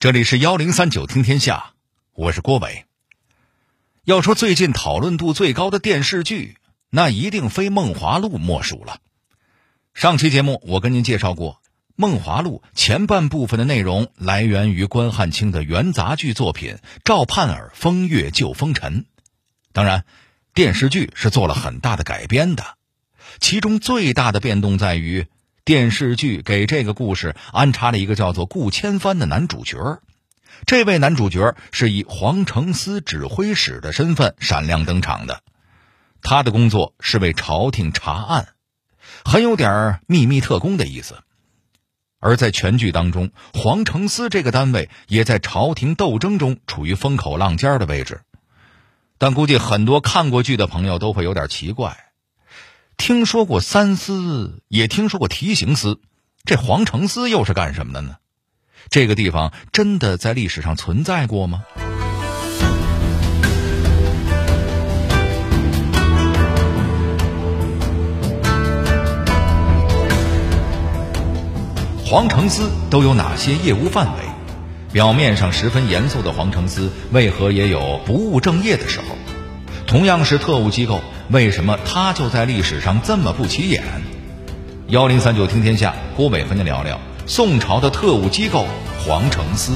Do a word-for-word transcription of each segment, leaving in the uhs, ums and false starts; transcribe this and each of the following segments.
这里是一零三九听天下，我是郭伟。要说最近讨论度最高的电视剧，那一定非《梦华录》莫属了。上期节目我跟您介绍过，《梦华录》前半部分的内容来源于关汉卿的元杂剧作品《赵盼儿风月救风尘》，当然电视剧是做了很大的改编的，其中最大的变动在于电视剧给这个故事安插了一个叫做顾千帆的男主角。这位男主角是以黄承思指挥使的身份闪亮登场的，他的工作是为朝廷查案，很有点秘密特工的意思。而在全剧当中，黄承思这个单位也在朝廷斗争中处于风口浪尖的位置。但估计很多看过剧的朋友都会有点奇怪，听说过三司，也听说过提刑司，这黄承思又是干什么的呢？这个地方真的在历史上存在过吗？黄承思都有哪些业务范围？表面上十分严肃的黄承思，为何也有不务正业的时候？同样是特务机构，为什么他就在历史上这么不起眼？一零三九听天下，郭伟和您聊聊宋朝的特务机构黄承思。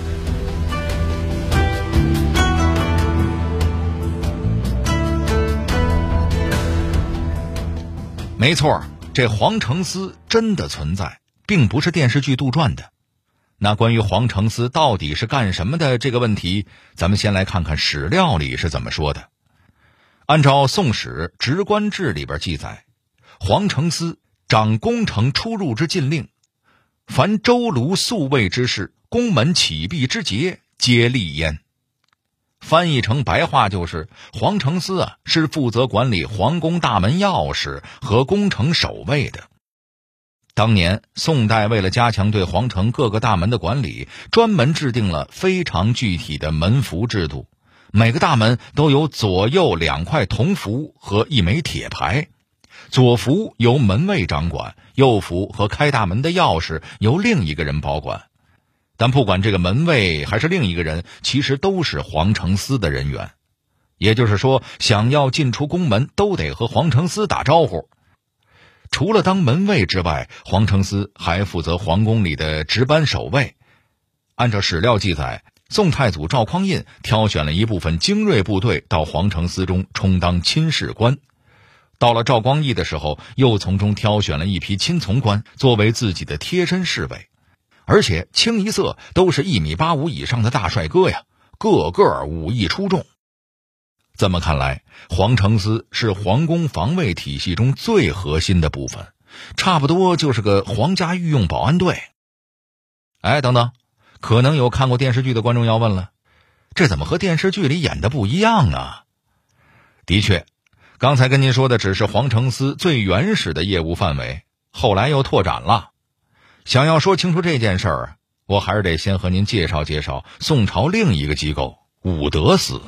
没错，这黄承思真的存在，并不是电视剧杜撰的。那关于黄承思到底是干什么的这个问题，咱们先来看看史料里是怎么说的。按照《宋史·职官志》里边记载，黄承思掌宫城出入之禁令，凡州庐宿卫之事，宫门启闭之节，皆立焉。翻译成白话就是，黄承思啊是负责管理皇宫大门钥匙和宫城守卫的。当年宋代为了加强对皇城各个大门的管理，专门制定了非常具体的门符制度，每个大门都有左右两块铜符和一枚铁牌，左符由门卫掌管，右符和开大门的钥匙由另一个人保管。但不管这个门卫还是另一个人，其实都是黄承思的人员。也就是说，想要进出宫门都得和黄承思打招呼。除了当门卫之外，黄承思还负责皇宫里的值班守卫。按照史料记载，宋太祖赵匡胤挑选了一部分精锐部队到黄承思中充当亲事官。到了赵光义的时候，又从中挑选了一批亲从官作为自己的贴身侍卫，而且清一色都是一米八五以上的大帅哥呀，个个武艺出众。这么看来，黄承思是皇宫防卫体系中最核心的部分，差不多就是个皇家御用保安队。哎，等等，可能有看过电视剧的观众要问了，这怎么和电视剧里演的不一样啊？的确，刚才跟您说的只是黄承思最原始的业务范围，后来又拓展了。想要说清楚这件事儿，我还是得先和您介绍介绍宋朝另一个机构武德司。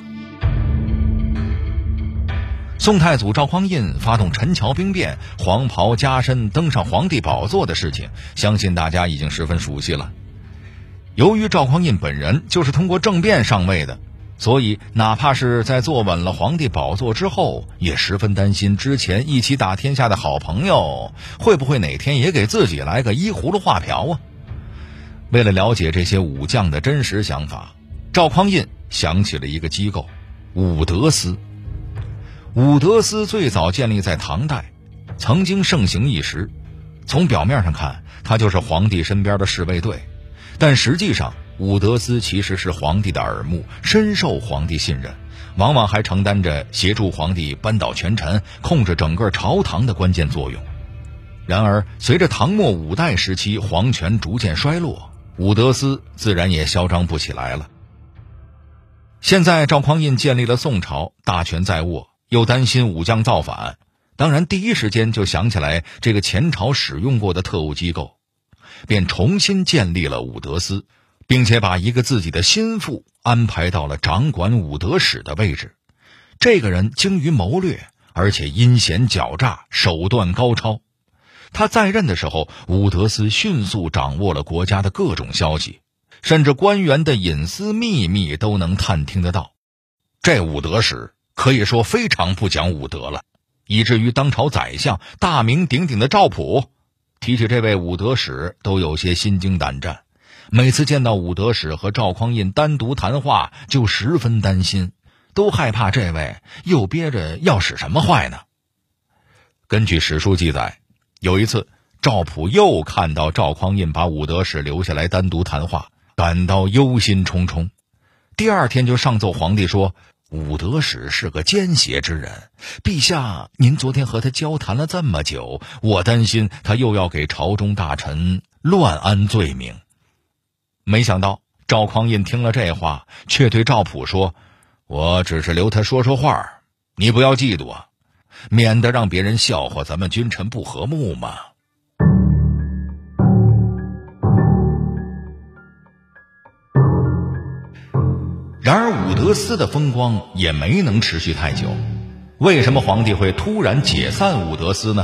宋太祖赵匡胤发动陈桥兵变，黄袍加身登上皇帝宝座的事情，相信大家已经十分熟悉了。由于赵匡胤本人就是通过政变上位的，所以哪怕是在坐稳了皇帝宝座之后，也十分担心之前一起打天下的好朋友会不会哪天也给自己来个依葫芦画瓢啊。为了了解这些武将的真实想法，赵匡胤想起了一个机构武德司。武德司最早建立在唐代，曾经盛行一时。从表面上看，它就是皇帝身边的侍卫队，但实际上武德司其实是皇帝的耳目，深受皇帝信任，往往还承担着协助皇帝扳倒权臣，控制整个朝堂的关键作用。然而随着唐末五代时期皇权逐渐衰落，武德司自然也嚣张不起来了。现在赵匡胤建立了宋朝，大权在握，又担心武将造反，当然第一时间就想起来这个前朝使用过的特务机构，便重新建立了武德司，并且把一个自己的心腹安排到了掌管武德使的位置。这个人精于谋略，而且阴险狡诈，手段高超。他在任的时候，武德司迅速掌握了国家的各种消息， 甚至官员的隐私秘密都能探听得到。这武德使可以说非常不讲武德了，以至于当朝宰相大名鼎鼎的赵普提起这位武德使都有些心惊胆战，每次见到武德使和赵匡胤单独谈话就十分担心，都害怕这位又憋着要使什么坏呢。根据史书记载，有一次赵普又看到赵匡胤把武德使留下来单独谈话，感到忧心忡忡。第二天就上奏皇帝说，武德使是个奸邪之人，陛下您昨天和他交谈了这么久，我担心他又要给朝中大臣乱安罪名。没想到赵匡胤听了这话，却对赵普说，我只是留他说说话，你不要嫉妒啊，免得让别人笑话咱们君臣不和睦嘛。然而武德司的风光也没能持续太久，为什么皇帝会突然解散武德司呢？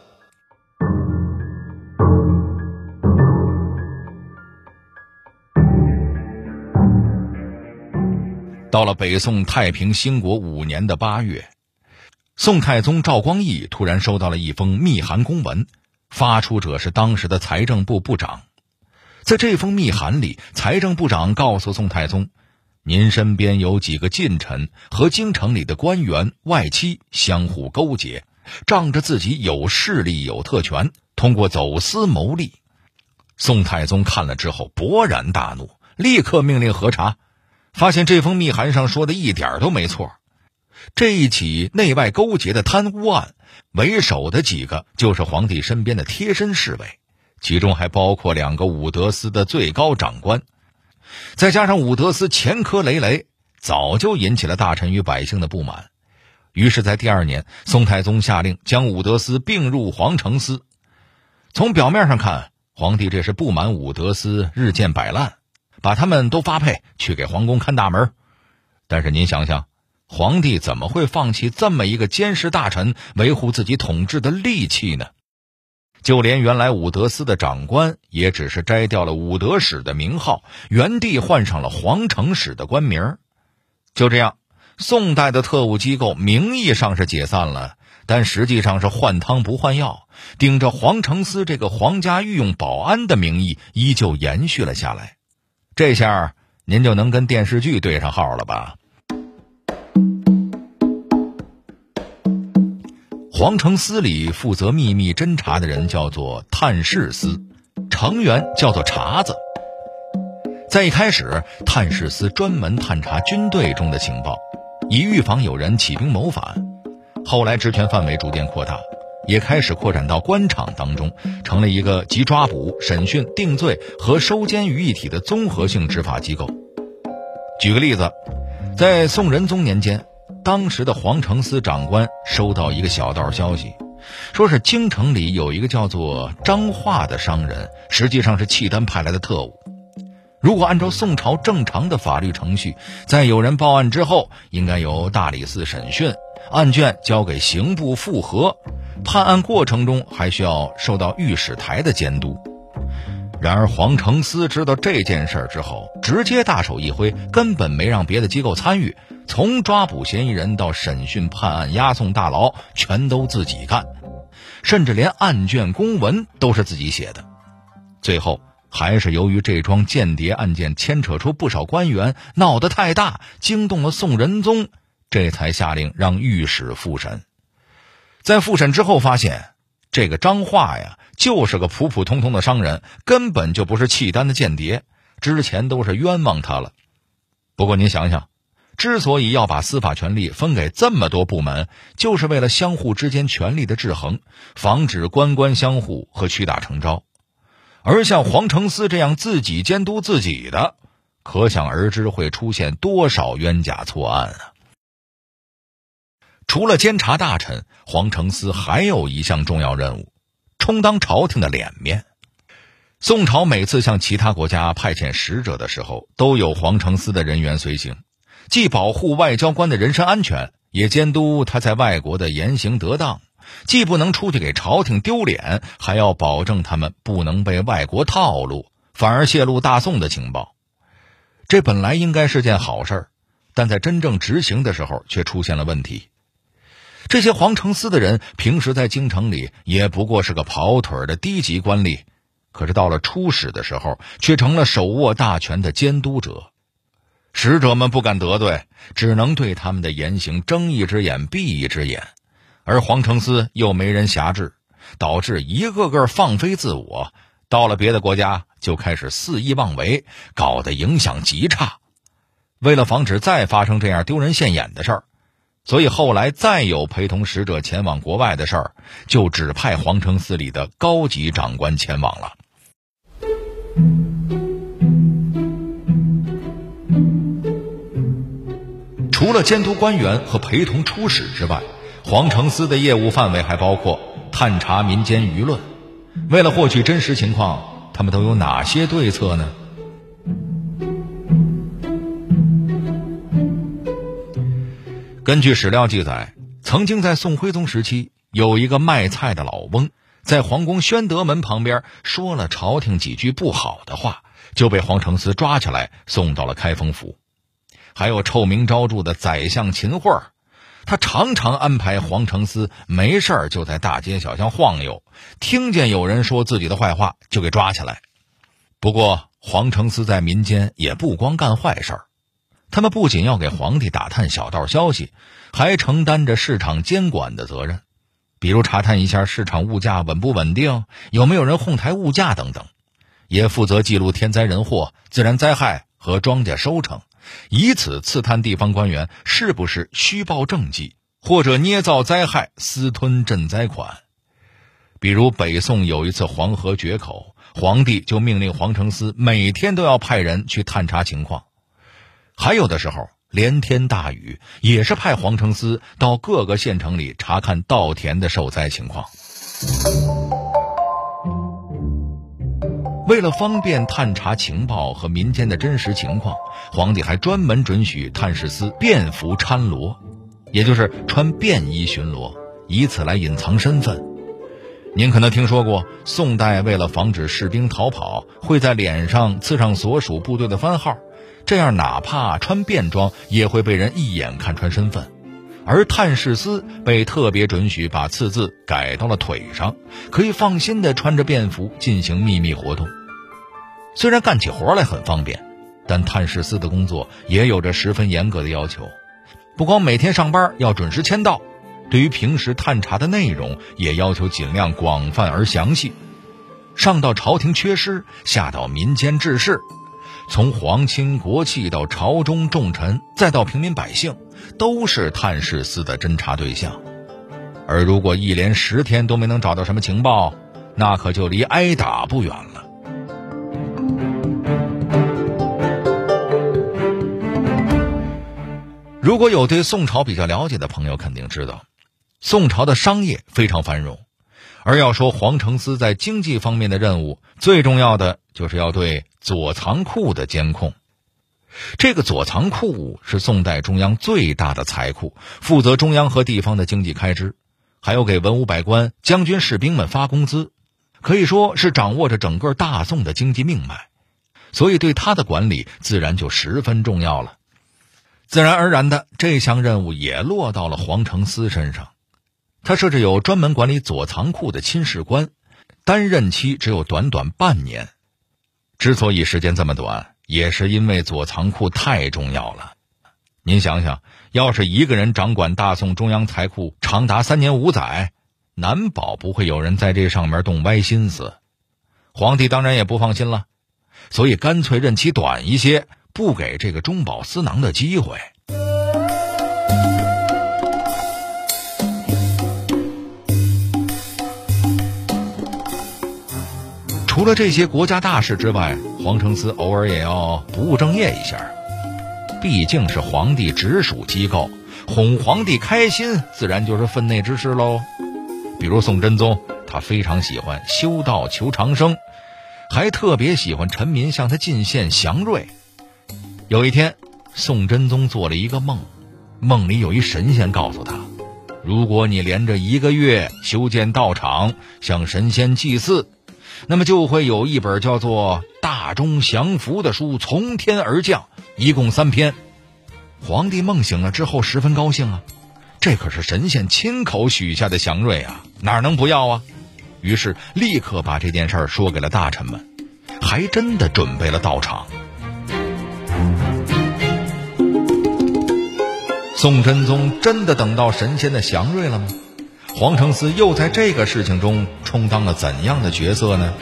到了北宋太平兴国五年的八月，宋太宗赵光义突然收到了一封密函公文，发出者是当时的财政部部长。在这封密函里，财政部长告诉宋太宗，您身边有几个近臣和京城里的官员外戚相互勾结，仗着自己有势力有特权，通过走私牟利。宋太宗看了之后勃然大怒，立刻命令核查，发现这封密函上说的一点都没错。这一起内外勾结的贪污案，为首的几个就是皇帝身边的贴身侍卫，其中还包括两个武德司的最高长官。再加上武德司前科累累，早就引起了大臣与百姓的不满。于是在第二年，宋太宗下令将武德司并入皇城司。从表面上看，皇帝这是不满武德司日渐摆烂，把他们都发配去给皇宫看大门。但是您想想，皇帝怎么会放弃这么一个监视大臣维护自己统治的利器呢？就连原来武德司的长官也只是摘掉了武德使的名号，原地换上了皇城使的官名。就这样，宋代的特务机构名义上是解散了，但实际上是换汤不换药，顶着皇城司这个皇家御用保安的名义依旧延续了下来。这下您就能跟电视剧对上号了吧？皇城司里负责秘密侦查的人叫做探视司，成员叫做察子。在一开始，探视司专门探查军队中的情报，以预防有人起兵谋反。后来职权范围逐渐扩大，也开始扩展到官场当中，成了一个集抓捕、审讯、定罪和收监于一体的综合性执法机构。举个例子，在宋仁宗年间，当时的皇城司长官收到一个小道消息，说是京城里有一个叫做张化的商人，实际上是契丹派来的特务。如果按照宋朝正常的法律程序，在有人报案之后，应该由大理寺审讯，案卷交给刑部复核，判案过程中还需要受到御史台的监督。然而皇城司知道这件事之后，直接大手一挥，根本没让别的机构参与，从抓捕嫌疑人到审讯判案押送大牢全都自己干，甚至连案卷公文都是自己写的。最后还是由于这桩间谍案件牵扯出不少官员，闹得太大，惊动了宋仁宗，这才下令让御史复审。在复审之后发现，这个张化呀就是个普普通通的商人，根本就不是契丹的间谍，之前都是冤枉他了。不过您想想，之所以要把司法权力分给这么多部门，就是为了相互之间权力的制衡，防止官官相护和屈打成招。而像皇城司这样自己监督自己的，可想而知会出现多少冤假错案啊！除了监察大臣，皇城司还有一项重要任务，充当朝廷的脸面。宋朝每次向其他国家派遣使者的时候，都有皇城司的人员随行，既保护外交官的人身安全，也监督他在外国的言行得当，既不能出去给朝廷丢脸，还要保证他们不能被外国套路，反而泄露大宋的情报。 这本来应该是件好事，但在真正执行的时候却出现了问题。这些黄承思的人平时在京城里也不过是个跑腿的低级官吏，可是到了出使的时候却成了手握大权的监督者。使者们不敢得罪，只能对他们的言行睁一只眼闭一只眼，而黄承思又没人辖制，导致一个个放飞自我，到了别的国家就开始肆意妄为，搞得影响极差。为了防止再发生这样丢人现眼的事儿，所以后来再有陪同使者前往国外的事儿，就只派皇城司里的高级长官前往了。除了监督官员和陪同出使之外，黄承思的业务范围还包括探查民间舆论。为了获取真实情况，他们都有哪些对策呢？根据史料记载，曾经在宋徽宗时期，有一个卖菜的老翁，在皇宫宣德门旁边说了朝廷几句不好的话，就被黄承思抓起来送到了开封府。还有臭名昭著的宰相秦桧，他常常安排黄承思没事儿就在大街小巷晃悠，听见有人说自己的坏话就给抓起来。不过黄承思在民间也不光干坏事儿，他们不仅要给皇帝打探小道消息，还承担着市场监管的责任，比如查探一下市场物价稳不稳定，有没有人哄抬物价等等，也负责记录天灾人祸、自然灾害和庄稼收成，以此刺探地方官员是不是虚报政绩，或者捏造灾害私吞赈灾款。比如北宋有一次黄河决口，皇帝就命令黄承思每天都要派人去探查情况。还有的时候连天大雨，也是派黄承思到各个县城里查看稻田的受灾情况。为了方便探查情报和民间的真实情况，皇帝还专门准许探视司便服参罗，也就是穿便衣巡逻，以此来隐藏身份。您可能听说过，宋代为了防止士兵逃跑，会在脸上刺上所属部队的番号，这样哪怕穿便装也会被人一眼看穿身份。而探视司被特别准许把刺字改到了腿上，可以放心地穿着便服进行秘密活动。虽然干起活来很方便，但探视司的工作也有着十分严格的要求，不光每天上班要准时签到，对于平时探查的内容也要求尽量广泛而详细，上到朝廷缺失，下到民间治世，从皇亲国戚到朝中重臣，再到平民百姓，都是探视司的侦查对象。而如果一连十天都没能找到什么情报，那可就离挨打不远了。如果有对宋朝比较了解的朋友肯定知道，宋朝的商业非常繁荣，而要说黄承思在经济方面的任务，最重要的就是要对左藏库的监控。这个左藏库是宋代中央最大的财库，负责中央和地方的经济开支，还有给文武百官、将军士兵们发工资，可以说是掌握着整个大宋的经济命脉，所以对他的管理自然就十分重要了。自然而然的，这项任务也落到了黄承思身上。他设置有专门管理左藏库的亲事官，担任期只有短短半年。之所以时间这么短，也是因为左藏库太重要了。您想想，要是一个人掌管大宋中央财库长达三年五载，难保不会有人在这上面动歪心思。皇帝当然也不放心了，所以干脆任期短一些，不给这个中饱私囊的机会。除了这些国家大事之外，黄承思偶尔也要不务正业一下，毕竟是皇帝直属机构，哄皇帝开心自然就是分内之事喽。比如宋真宗，他非常喜欢修道求长生，还特别喜欢臣民向他进献祥瑞。有一天，宋真宗做了一个梦，梦里有一神仙告诉他，如果你连着一个月修建道场，向神仙祭祀，那么就会有一本叫做《 大中祥符的书从天而降，一共三篇。皇帝梦醒了之后十分高兴啊，这可是神仙亲口许下的祥瑞啊，哪能不要啊？于是立刻把这件事儿说给了大臣们，还真的准备了到场。宋真宗真的等到神仙的祥瑞了吗？黄承思又在这个事情中充当了怎样的角色呢？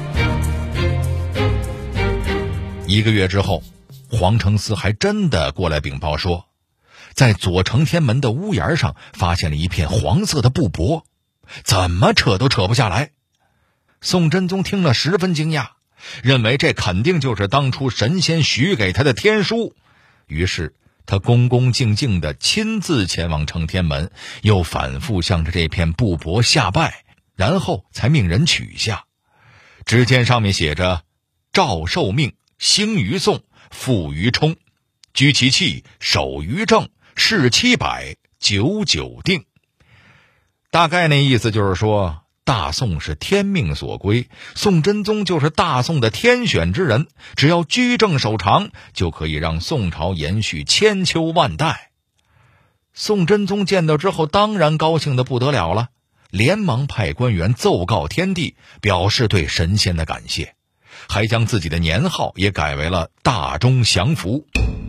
一个月之后，黄承思还真的过来禀报说，在左承天门的屋檐上发现了一片黄色的布帛，怎么扯都扯不下来。宋真宗听了十分惊讶，认为这肯定就是当初神仙许给他的天书，于是他恭恭敬敬地亲自前往承天门，又反复向着这片布帛下拜，然后才命人取下。只见上面写着诏受命，兴于宋，复于冲，居其气，守于正，事七百，九九定。大概那意思就是说，大宋是天命所归，宋真宗就是大宋的天选之人，只要居正守常，就可以让宋朝延续千秋万代。宋真宗见到之后当然高兴得不得了了，连忙派官员奏告天帝，表示对神仙的感谢，还将自己的年号也改为了大中祥符。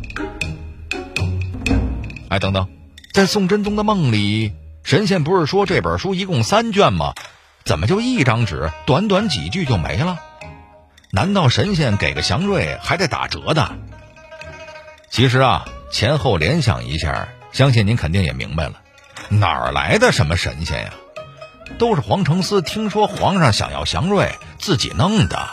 哎，等等，在宋真宗的梦里，神仙不是说这本书一共三卷吗？怎么就一张纸，短短几句就没了？难道神仙给个祥瑞还得打折的？其实啊，前后联想一下，相信您肯定也明白了，哪儿来的什么神仙呀？都是黄承思听说皇上想要祥瑞，自己弄的。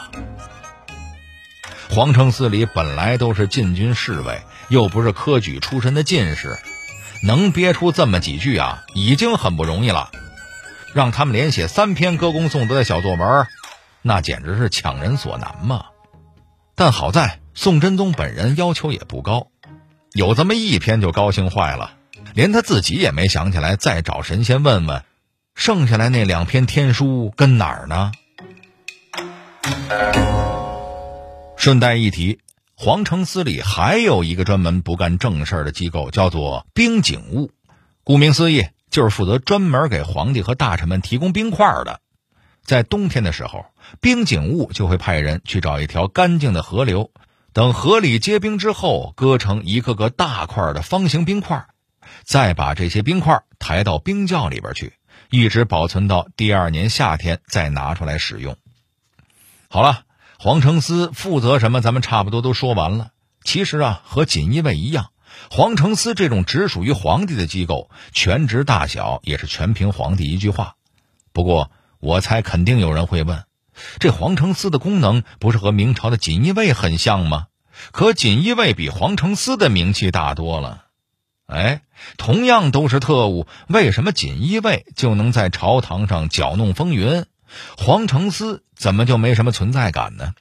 皇承思里本来都是禁军侍卫，又不是科举出身的进士，能憋出这么几句啊，已经很不容易了。让他们连写三篇歌功颂德的小作文，那简直是强人所难嘛。但好在宋真宗本人要求也不高，有这么一篇就高兴坏了，连他自己也没想起来再找神仙问问，剩下来那两篇天书跟哪儿呢？顺带一提，皇承思里还有一个专门不干正事的机构，叫做兵警务。顾名思义，就是负责专门给皇帝和大臣们提供冰块的。在冬天的时候，兵警务就会派人去找一条干净的河流，等河里结冰之后，割成一个个大块的方形冰块，再把这些冰块抬到冰窖里边去，一直保存到第二年夏天再拿出来使用。好了，黄承思负责什么咱们差不多都说完了。其实啊，和锦衣卫一样，黄承思这种只属于皇帝的机构，权职大小也是全凭皇帝一句话。不过我猜肯定有人会问，这黄承思的功能不是和明朝的锦衣卫很像吗？可锦衣卫比黄承思的名气大多了。哎，同样都是特务，为什么锦衣卫就能在朝堂上搅弄风云，黄承思怎么就没什么存在感呢？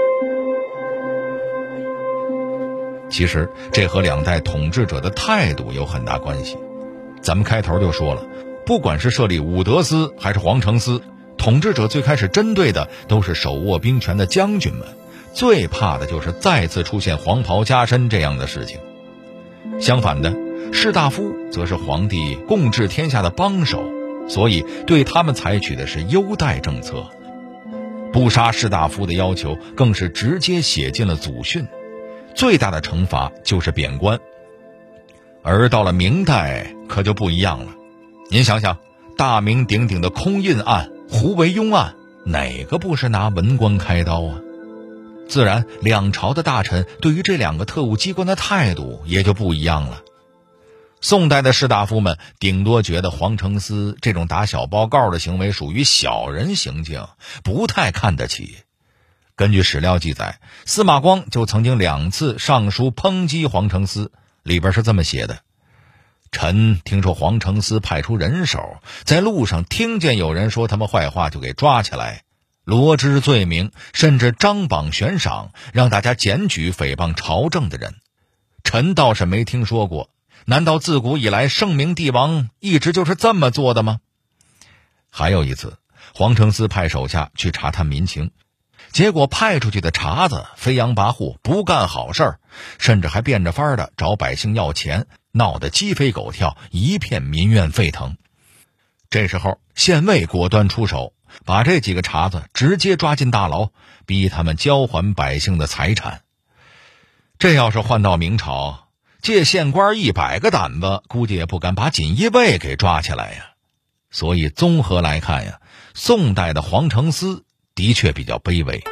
其实这和两代统治者的态度有很大关系。咱们开头就说了，不管是设立武德司还是黄承思，统治者最开始针对的都是手握兵权的将军们，最怕的就是再次出现黄袍加身这样的事情。相反的，士大夫则是皇帝共治天下的帮手，所以对他们采取的是优待政策。不杀士大夫的要求更是直接写进了祖训，最大的惩罚就是贬官。而到了明代可就不一样了，您想想，大名鼎鼎的空印案、胡惟庸案，哪个不是拿文官开刀啊？自然两朝的大臣对于这两个特务机关的态度也就不一样了。宋代的士大夫们顶多觉得黄承思这种打小报告的行为属于小人行径，不太看得起。根据史料记载，司马光就曾经两次上书抨击黄承思，里边是这么写的：臣听说黄承思派出人手，在路上听见有人说他们坏话，就给抓起来，罗织罪名，甚至张榜悬赏，让大家检举诽谤朝政的人。臣倒是没听说过，难道自古以来圣明帝王一直就是这么做的吗？还有一次，黄承思派手下去查探民情， 结果派出去的茬子飞扬跋扈，不干好事儿，甚至还变着法儿的找百姓要钱，闹得鸡飞狗跳，一片民怨沸腾。这时候县尉果断出手，把这几个茬子直接抓进大牢，逼他们交还百姓的财产。这要是换到明朝，借县官一百个胆子，估计也不敢把锦衣卫给抓起来呀。所以综合来看呀，宋代的黄承思的确比较卑微。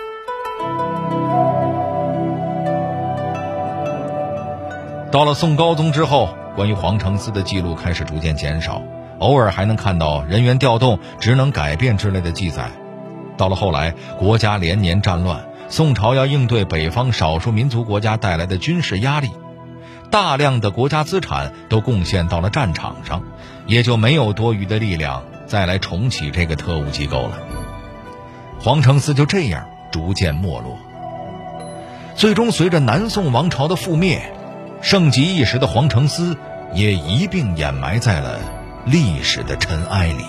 到了宋高宗之后，关于黄承思的记录开始逐渐减少，偶尔还能看到人员调动、职能改变之类的记载。到了后来，国家连年战乱，宋朝要应对北方少数民族国家带来的军事压力，大量的国家资产都贡献到了战场上，也就没有多余的力量再来重启这个特务机构了。黄承思就这样逐渐没落。最终随着南宋王朝的覆灭，盛极一时的黄承思也一并掩埋在了历史的尘埃里。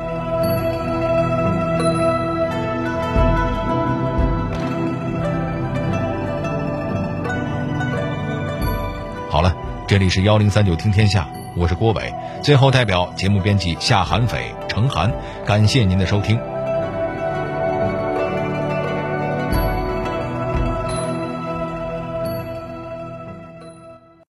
好了，这里是一零三九听天下，我是郭伟。最后代表节目编辑夏寒斐、程涵，感谢您的收听。